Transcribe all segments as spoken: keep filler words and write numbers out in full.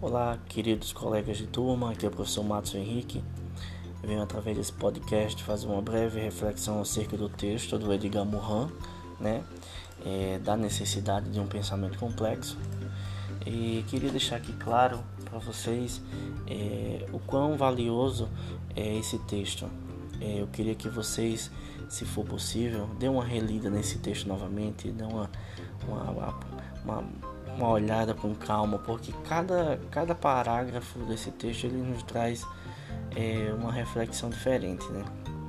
Olá, queridos colegas de turma, aqui é o professor Matos Henrique. Eu venho através desse podcast fazer uma breve reflexão acerca do texto do Edgar Morin, né, é, da necessidade de um pensamento complexo. E queria deixar aqui claro para vocês é, o quão valioso é esse texto. É, eu queria que vocês, se for possível, dêem uma relida nesse texto novamente, dêem uma, uma, uma, uma olhada com calma, porque cada, cada parágrafo desse texto ele nos traz é, uma reflexão diferente, né?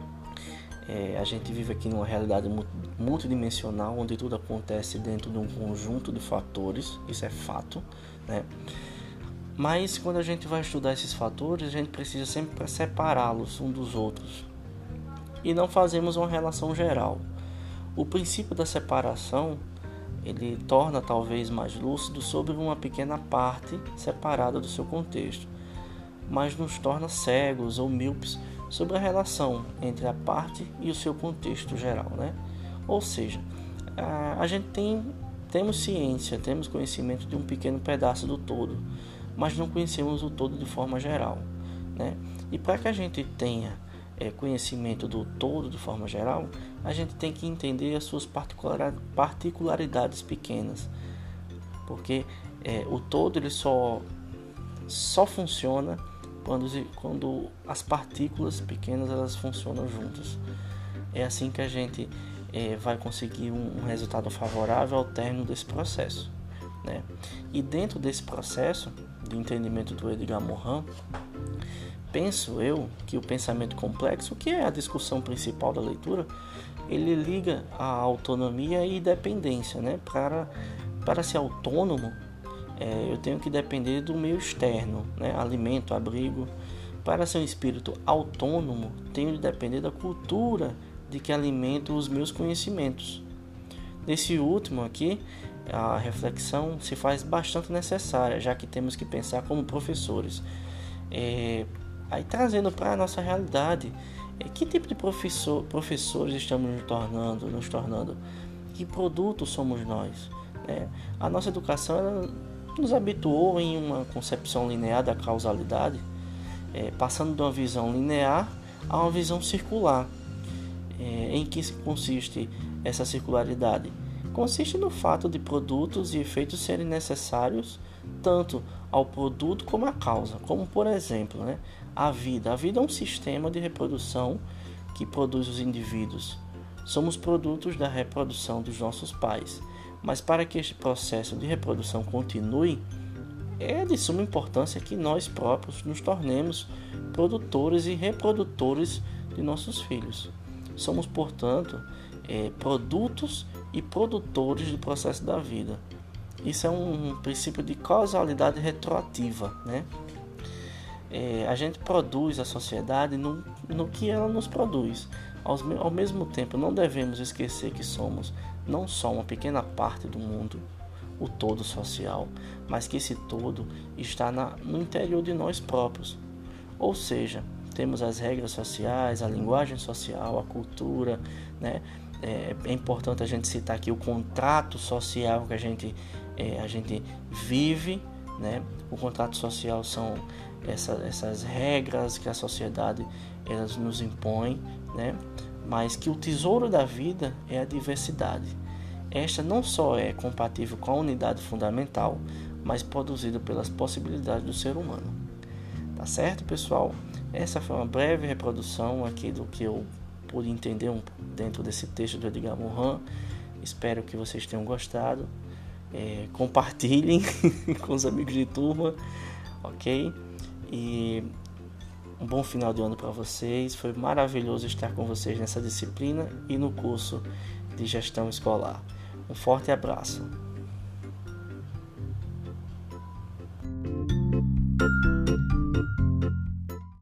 É, a gente vive aqui numa realidade multidimensional, onde tudo acontece dentro de um conjunto de fatores, isso é fato, né? Mas quando a gente vai estudar esses fatores, a gente precisa sempre separá-los um dos outros e não fazemos uma relação geral. O princípio da separação ele torna talvez mais lúcido sobre uma pequena parte separada do seu contexto, mas nos torna cegos ou míopes sobre a relação entre a parte e o seu contexto geral, né? Ou seja, a, a gente tem, temos ciência, temos conhecimento de um pequeno pedaço do todo, mas não conhecemos o todo de forma geral, né? E para que a gente tenha é, conhecimento do todo de forma geral, a gente tem que entender as suas particularidades pequenas, porque é, o todo ele só, só funciona Quando, quando as partículas pequenas elas funcionam juntas. É assim que a gente é, vai conseguir um, um resultado favorável ao término desse processo, né? E dentro desse processo de entendimento do Edgar Morin, penso eu que o pensamento complexo, que é a discussão principal da leitura, ele liga a autonomia e dependência, né? Para, para ser autônomo, É, eu tenho que depender do meio externo, né? Alimento, abrigo. Para ser um espírito autônomo, tenho de depender da cultura de que alimento os meus conhecimentos. Nesse último aqui, a reflexão se faz bastante necessária, já que temos que pensar como professores. É, aí trazendo para a nossa realidade, é, que tipo de professor, professores estamos nos tornando, nos tornando? Que produto somos nós? É, a nossa educação ela, nos habituou em uma concepção linear da causalidade, é, passando de uma visão linear a uma visão circular. É, em que consiste essa circularidade? Consiste no fato de produtos e efeitos serem necessários tanto ao produto como à causa, como por exemplo, né, a vida. A vida é um sistema de reprodução que produz os indivíduos. Somos produtos da reprodução dos nossos pais. Mas para que este processo de reprodução continue, é de suma importância que nós próprios nos tornemos produtores e reprodutores de nossos filhos. Somos, portanto, é, produtos e produtores do processo da vida. Isso é um princípio de causalidade retroativa, né? É, a gente produz a sociedade no, no que ela nos produz. Ao, ao mesmo tempo, não devemos esquecer que somos não só uma pequena parte do mundo, o todo social, mas que esse todo está na, no interior de nós próprios. Ou seja, temos as regras sociais, a linguagem social, a cultura, né? É, é importante a gente citar aqui o contrato social que a gente, é, a gente vive, né? O contrato social são essa, essas regras que a sociedade elas nos impõe, né? Mas que o tesouro da vida é a diversidade. Esta não só é compatível com a unidade fundamental, mas produzida pelas possibilidades do ser humano. Tá certo, pessoal? Essa foi uma breve reprodução aqui do que eu pude entender um, dentro desse texto do Edgar Morin. Espero que vocês tenham gostado. É, compartilhem com os amigos de turma, ok? E um bom final de ano para vocês. Foi maravilhoso estar com vocês nessa disciplina e no curso de gestão escolar. Um forte abraço.